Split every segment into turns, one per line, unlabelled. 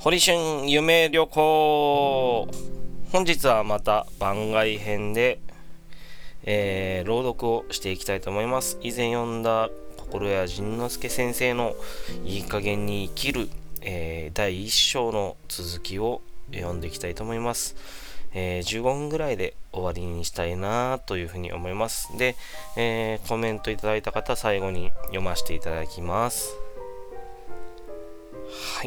堀春夢旅行。本日はまた番外編で、朗読をしていきたいと思います。以前読んだ心谷仁之助先生のいい加減に生きる、第1章の続きを読んでいきたいと思います。15分ぐらいで終わりにしたいなというふうに思います。で、コメントいただいた方、最後に読ませていただきます。はい。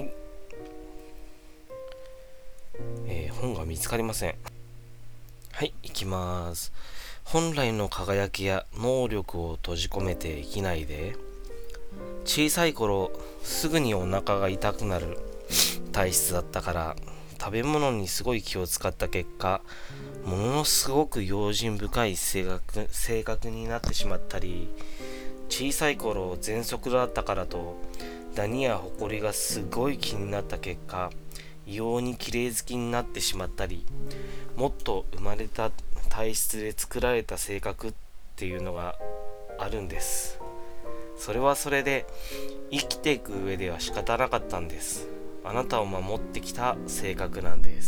本が見つかりません。はい、いきます。本来の輝きや能力を閉じ込めて生きないで、小さい頃すぐにお腹が痛くなる体質だったから、食べ物にすごい気を使った結果、ものすごく用心深い性格になってしまったり、小さい頃喘息だったからとダニやホコリがすごい気になった結果、異様に綺麗好きになってしまったり、もっと生まれた体質で作られた性格っていうのがあるんです。それはそれで生きていく上では仕方なかったんです。あなたを守ってきた性格なんです。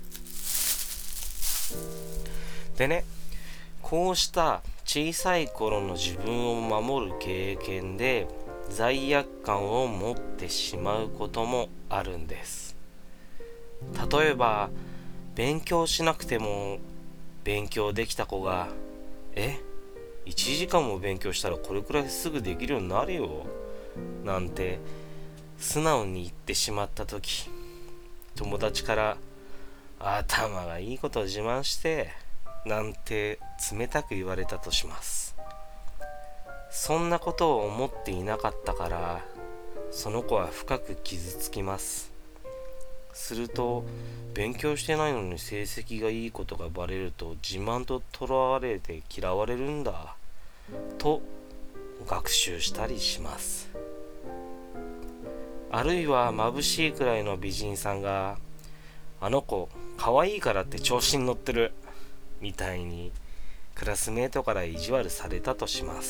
でね、こうした小さい頃の自分を守る経験で罪悪感を持ってしまうこともあるんです。例えば勉強しなくても勉強できた子が1時間も勉強したらこれくらいすぐできるようになるよなんて素直に言ってしまった時、友達から頭がいいことを自慢してなんて冷たく言われたとします。そんなことを思っていなかったからその子は深く傷つきます。すると勉強してないのに成績がいいことがバレると自慢ととらわれて嫌われるんだと学習したりします。あるいは眩しいくらいの美人さんがあの子可愛いからって調子に乗ってるみたいにクラスメートから意地悪されたとします。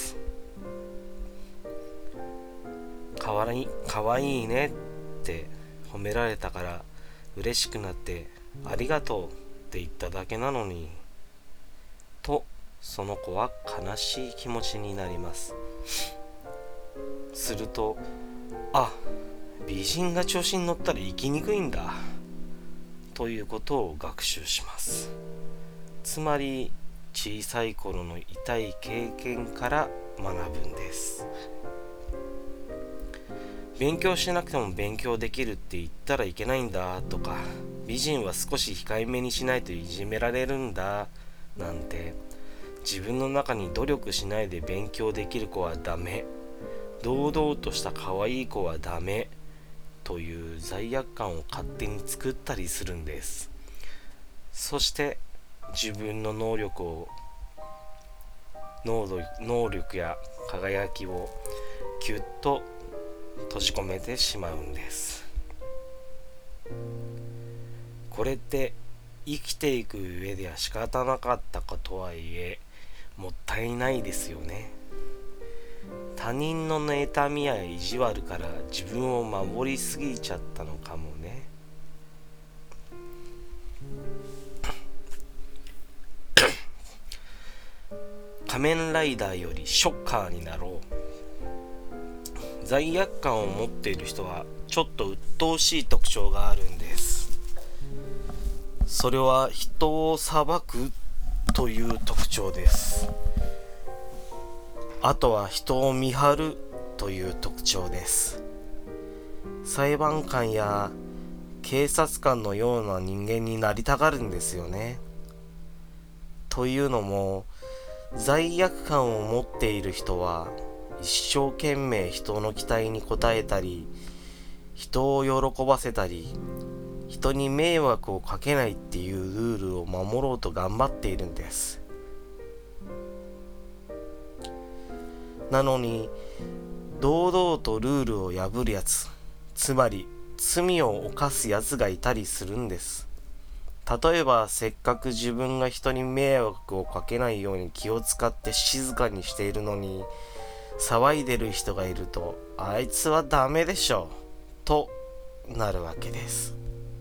かわいいねって褒められたから嬉しくなってありがとうって言っただけなのにと、その子は悲しい気持ちになります。すると美人が調子に乗ったら生きにくいんだということを学習します。つまり小さい頃の痛い経験から学ぶんです。勉強しなくても勉強できるって言ったらいけないんだとか、美人は少し控えめにしないといじめられるんだなんて、自分の中に努力しないで勉強できる子はダメ、堂々とした可愛い子はダメという罪悪感を勝手に作ったりするんです。そして自分の能力や輝きをぎゅっと閉じ込めてしまうんです。これって生きていく上では仕方なかったかとはいえもったいないですよね。他人の妬みや意地悪から自分を守りすぎちゃったのかもね。仮面ライダーよりショッカーになろう。罪悪感を持っている人はちょっと鬱陶しい特徴があるんです。それは人を裁くという特徴です。あとは人を見張るという特徴です。裁判官や警察官のような人間になりたがるんですよね。というのも罪悪感を持っている人は一生懸命人の期待に応えたり、人を喜ばせたり、人に迷惑をかけないっていうルールを守ろうと頑張っているんです。なのに堂々とルールを破るやつ、つまり罪を犯すやつがいたりするんです。例えばせっかく自分が人に迷惑をかけないように気を使って静かにしているのに、騒いでる人がいるとあいつはダメでしょとなるわけです。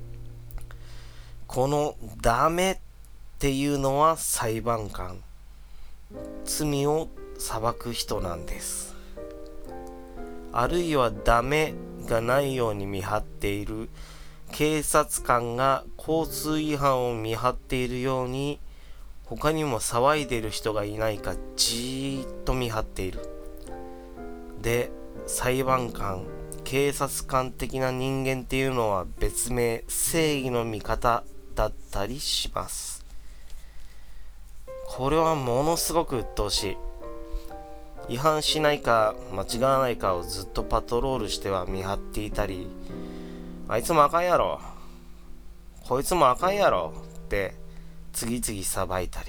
このダメっていうのは裁判官、罪を裁く人なんです。あるいはダメがないように見張っている警察官が交通違反を見張っているように、他にも騒いでいる人がいないかじーっと見張っている。で、裁判官、警察官的な人間っていうのは別名正義の味方だったりします。これはものすごく鬱陶しい。違反しないか間違わないかをずっとパトロールしては見張っていたり、あいつもあかんやろ、こいつもあかんやろって次々さばいたり、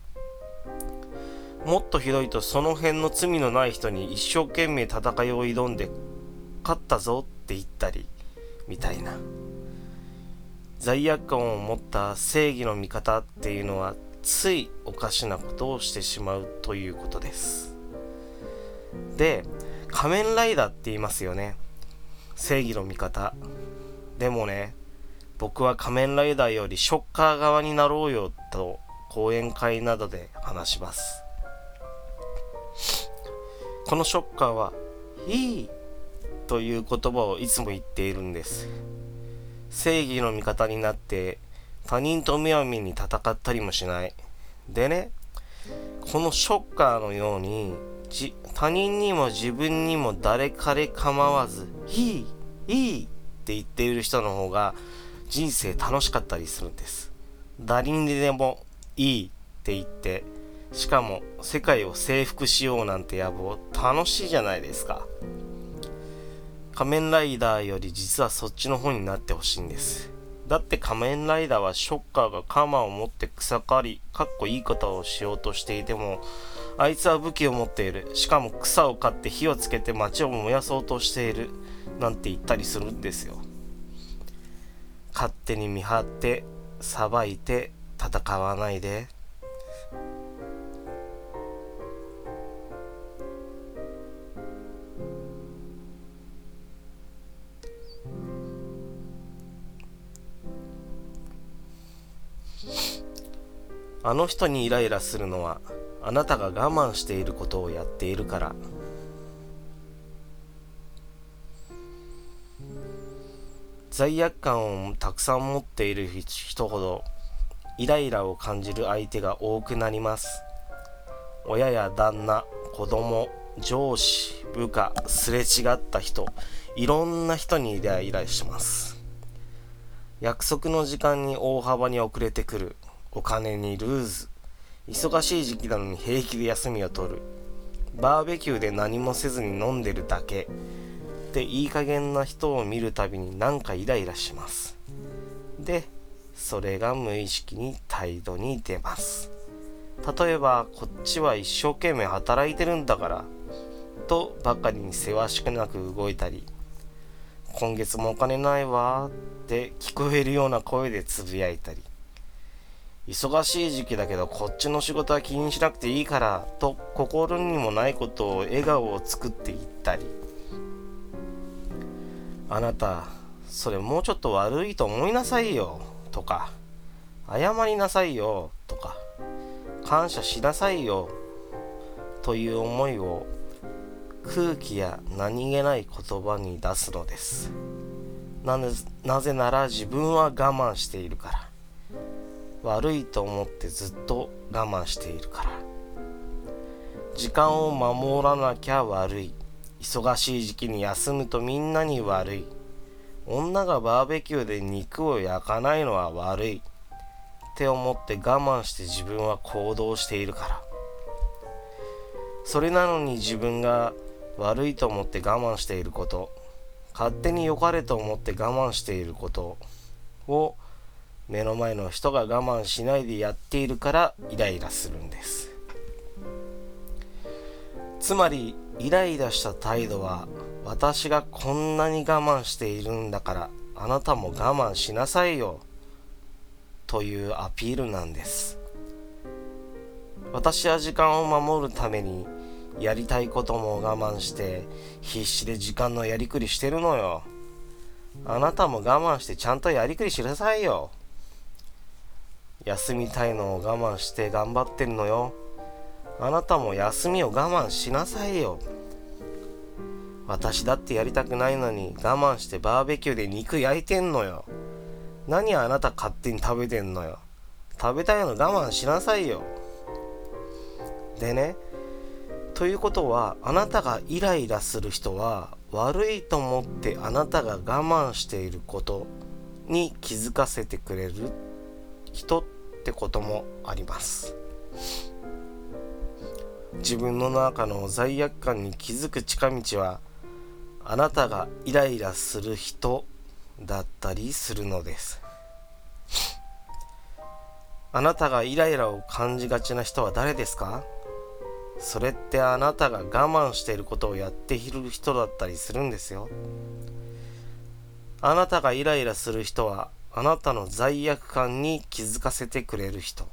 もっとひどいとその辺の罪のない人に一生懸命戦いを挑んで勝ったぞって言ったりみたいな、罪悪感を持った正義の味方っていうのはついおかしなことをしてしまうということです。で、仮面ライダーって言いますよね。正義の味方。でもね、僕は仮面ライダーよりショッカー側になろうよと講演会などで話します。このショッカーはいいという言葉をいつも言っているんです。正義の味方になって他人とむやみに戦ったりもしない。でね、このショッカーのように他人にも自分にも誰彼構わずいいって言っている人の方が人生楽しかったりするんです。誰にでもいいって言って、しかも世界を征服しようなんて野望楽しいじゃないですか。仮面ライダーより実はそっちの方になってほしいんです。だって仮面ライダーはショッカーが鎌を持って草刈りいいことをしようとしていても、あいつは武器を持っている、しかも草を刈って火をつけて街を燃やそうとしているなんて言ったりするんですよ。勝手に見張って裁いて戦わないで。あの人にイライラするのはあなたが我慢していることをやっているから。罪悪感をたくさん持っている人ほどイライラを感じる相手が多くなります。親や旦那、子供、上司、部下、すれ違った人、いろんな人にイライラします。約束の時間に大幅に遅れてくる、お金にルーズ、忙しい時期なのに平気で休みを取る、バーベキューで何もせずに飲んでるだけっていい加減な人を見るたびになんかイライラします。で、それが無意識に態度に出ます。例えば、こっちは一生懸命働いてるんだからとばかりにせわしくなく動いたり、今月もお金ないわって聞こえるような声でつぶやいたり、忙しい時期だけどこっちの仕事は気にしなくていいからと心にもないことを笑顔を作っていったり、あなたそれもうちょっと悪いと思いなさいよとか、謝りなさいよとか、感謝しなさいよという思いを空気や何気ない言葉に出すのです。なぜなら自分は我慢しているから。悪いと思ってずっと我慢しているから。時間を守らなきゃ悪い。忙しい時期に休むとみんなに悪い。女がバーベキューで肉を焼かないのは悪いって思って我慢して自分は行動しているから。それなのに自分が悪いと思って我慢していること、勝手に良かれと思って我慢していることを目の前の人が我慢しないでやっているからイライラするんです。つまりイライラした態度は、私がこんなに我慢しているんだからあなたも我慢しなさいよというアピールなんです。私は時間を守るためにやりたいことも我慢して必死で時間のやりくりしてるのよ。 あなたも我慢してちゃんとやりくりしなさいよ。休みたいのを我慢して頑張ってるのよ。あなたも休みを我慢しなさいよ。私だってやりたくないのに我慢してバーベキューで肉焼いてんのよ。何あなた勝手に食べてんのよ。食べたいの我慢しなさいよ。でね、ということは、あなたがイライラする人は悪いと思ってあなたが我慢していることに気づかせてくれる人ってこともあります。自分の中の罪悪感に気づく近道は、あなたがイライラする人だったりするのです。あなたがイライラを感じがちな人は誰ですか？それってあなたが我慢していることをやっている人だったりするんですよ。あなたがイライラする人はあなたの罪悪感に気づかせてくれる人。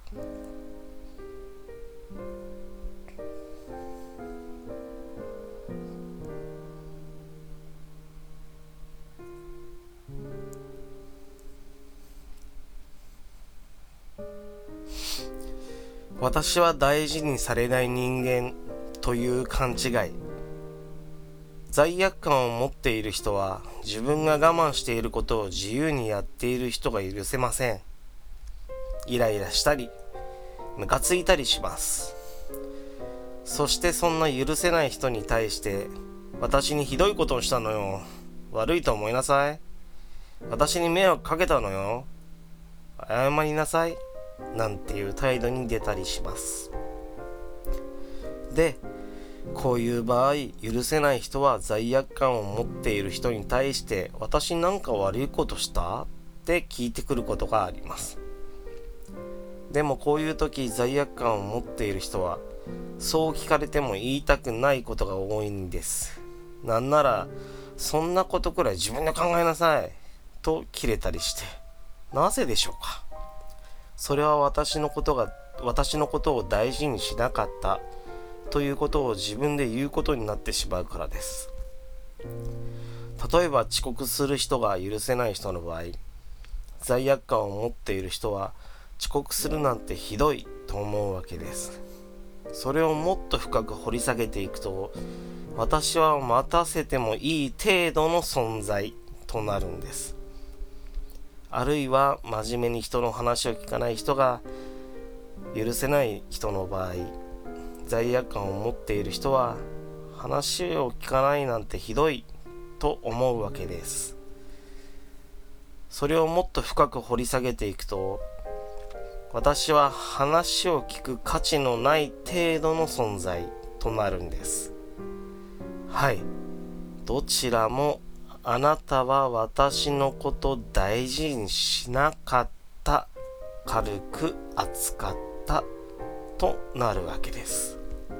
私は大事にされない人間という勘違い。罪悪感を持っている人は自分が我慢していることを自由にやっている人が許せません。イライラしたりムカついたりします。そしてそんな許せない人に対して、私にひどいことをしたのよ、悪いと思いなさい、私に迷惑かけたのよ、謝りなさいなんていう態度に出たりします。で、こういう場合、許せない人は罪悪感を持っている人に対して、私なんか悪いことしたって聞いてくることがあります。でもこういう時、罪悪感を持っている人はそう聞かれても言いたくないことが多いんです。なんなら、そんなことくらい自分で考えなさいと切れたりして、なぜでしょうか。それは私のことを大事にしなかったということを自分で言うことになってしまうからです。例えば遅刻する人が許せない人の場合、罪悪感を持っている人は遅刻するなんてひどいと思うわけです。それをもっと深く掘り下げていくと、私は待たせてもいい程度の存在となるんです。あるいは真面目に人の話を聞かない人が許せない人の場合、罪悪感を持っている人は話を聞かないなんてひどいと思うわけです。それをもっと深く掘り下げていくと、私は話を聞く価値のない程度の存在となるんです。はい、どちらもあなたは私のこと大事にしなかった、軽く扱ったとなるわけです。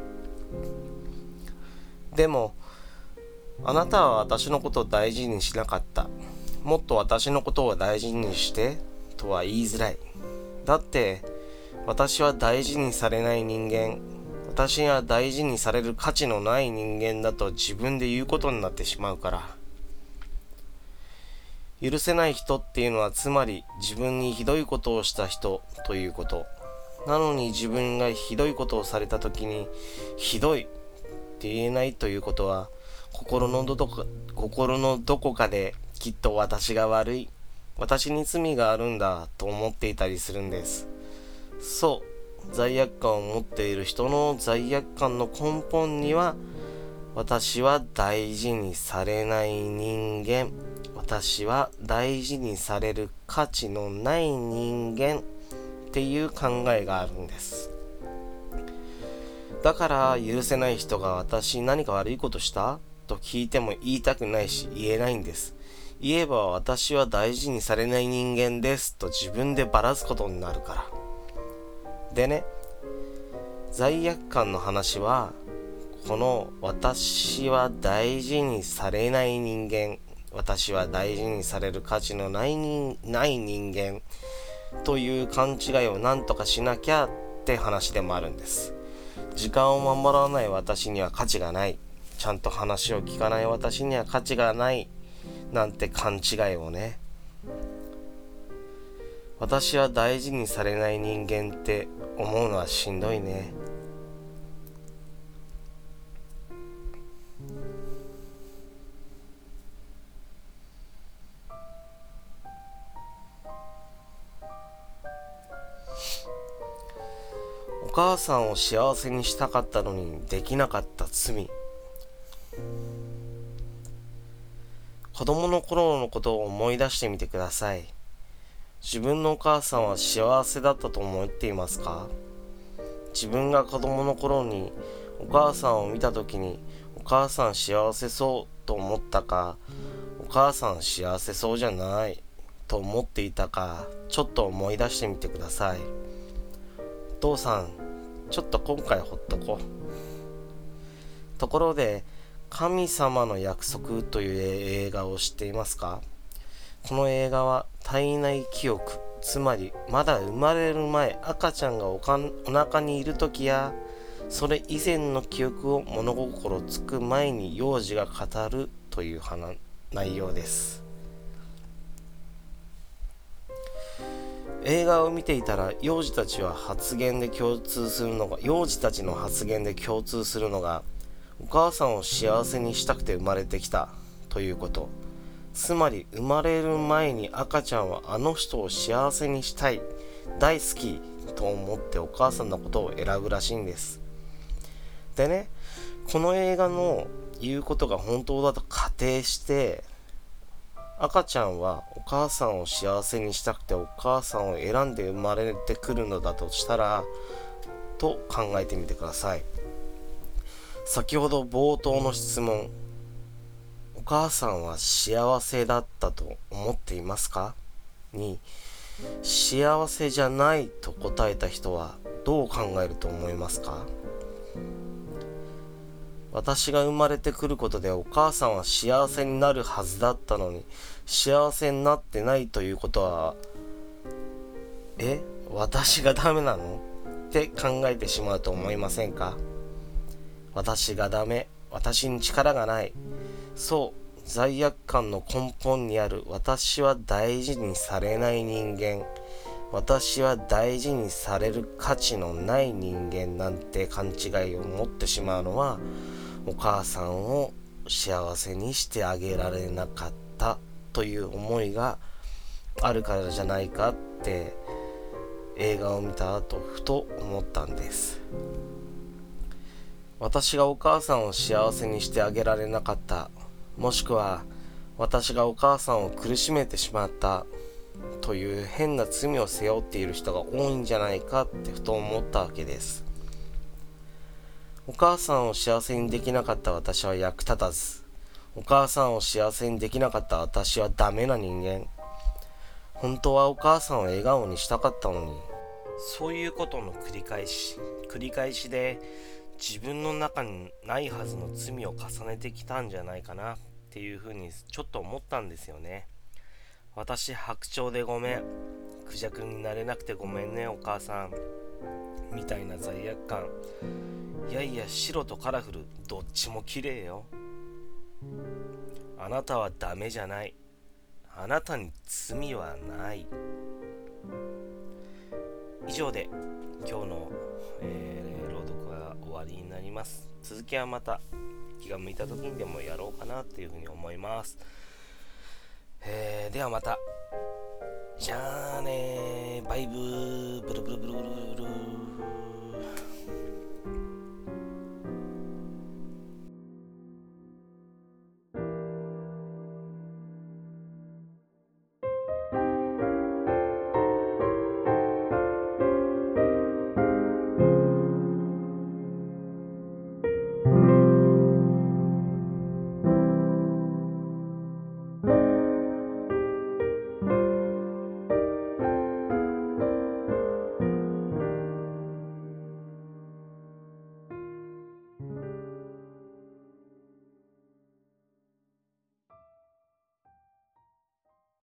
でもあなたは私のことを大事にしなかった、もっと私のことを大事にしてとは言いづらい。だって私は大事にされない人間、私は大事にされる価値のない人間だと自分で言うことになってしまうから。許せない人っていうのは、つまり自分にひどいことをした人ということ。なのに自分がひどいことをされた時にひどいって言えないということは、心のどこかできっと私が悪い、私に罪があるんだと思っていたりするんです。そう、罪悪感を持っている人の罪悪感の根本には、私は大事にされない人間、私は大事にされる価値のない人間っていう考えがあるんです。だから許せない人が私に何か悪いことしたと聞いても言いたくないし言えないんです。言えば私は大事にされない人間ですと自分でばらすことになるから。でね、罪悪感の話は、この私は大事にされない人間、私は大事にされる価値のない人間という勘違いを何とかしなきゃって話でもあるんです。時間を守らない私には価値がない、ちゃんと話を聞かない私には価値がないなんて勘違いをね。私は大事にされない人間って思うのはしんどいね。お母さんを幸せにしたかったのにできなかった罪。子供の頃のことを思い出してみてください。自分のお母さんは幸せだったと思っていますか？自分が子供の頃にお母さんを見た時にお母さん幸せそうと思ったか、お母さん幸せそうじゃないと思っていたか、ちょっと思い出してみてください。お父さん、ちょっと今回ほっとこう。ところで、神様の約束という映画を知っていますか？この映画は体内記憶、つまりまだ生まれる前、赤ちゃんがお腹にいる時やそれ以前の記憶を物心つく前に幼児が語るという内容です。映画を見ていたら幼児たちの発言で共通するのがお母さんを幸せにしたくて生まれてきたということ。つまり生まれる前に赤ちゃんはあの人を幸せにしたい、大好きと思ってお母さんのことを選ぶらしいんです。でね、この映画の言うことが本当だと仮定して、赤ちゃんはお母さんを幸せにしたくてお母さんを選んで生まれてくるのだとしたらと考えてみてください。先ほど冒頭の質問、お母さんは幸せだったと思っていますかに、幸せじゃないと答えた人はどう考えると思いますか？私が生まれてくることでお母さんは幸せになるはずだったのに幸せになってないということは、私がダメなのって考えてしまうと思いませんか？私がダメ、私に力がない、そう、罪悪感の根本にある私は大事にされない人間、私は大事にされる価値のない人間なんて勘違いを持ってしまうのは、お母さんを幸せにしてあげられなかったという思いがあるからじゃないかって映画を見た後ふと思ったんです。私がお母さんを幸せにしてあげられなかった、もしくは私がお母さんを苦しめてしまったという変な罪を背負っている人が多いんじゃないかってふと思ったわけです。お母さんを幸せにできなかった私は役立たず、お母さんを幸せにできなかった私はダメな人間、本当はお母さんを笑顔にしたかったのに、そういうことの繰り返しで自分の中にないはずの罪を重ねてきたんじゃないかなっていうふうにちょっと思ったんですよね。私白鳥でごめん、クジャクになれなくてごめんねお母さんみたいな罪悪感、いやいや白とカラフルどっちも綺麗よ、あなたはダメじゃない、あなたに罪はない。以上で今日の、朗読は終わりになります。続きはまた気が向いた時にでもやろうかなっていうふうに思います。ではまた、じゃあねー、バイブー、ブルブルブルブル。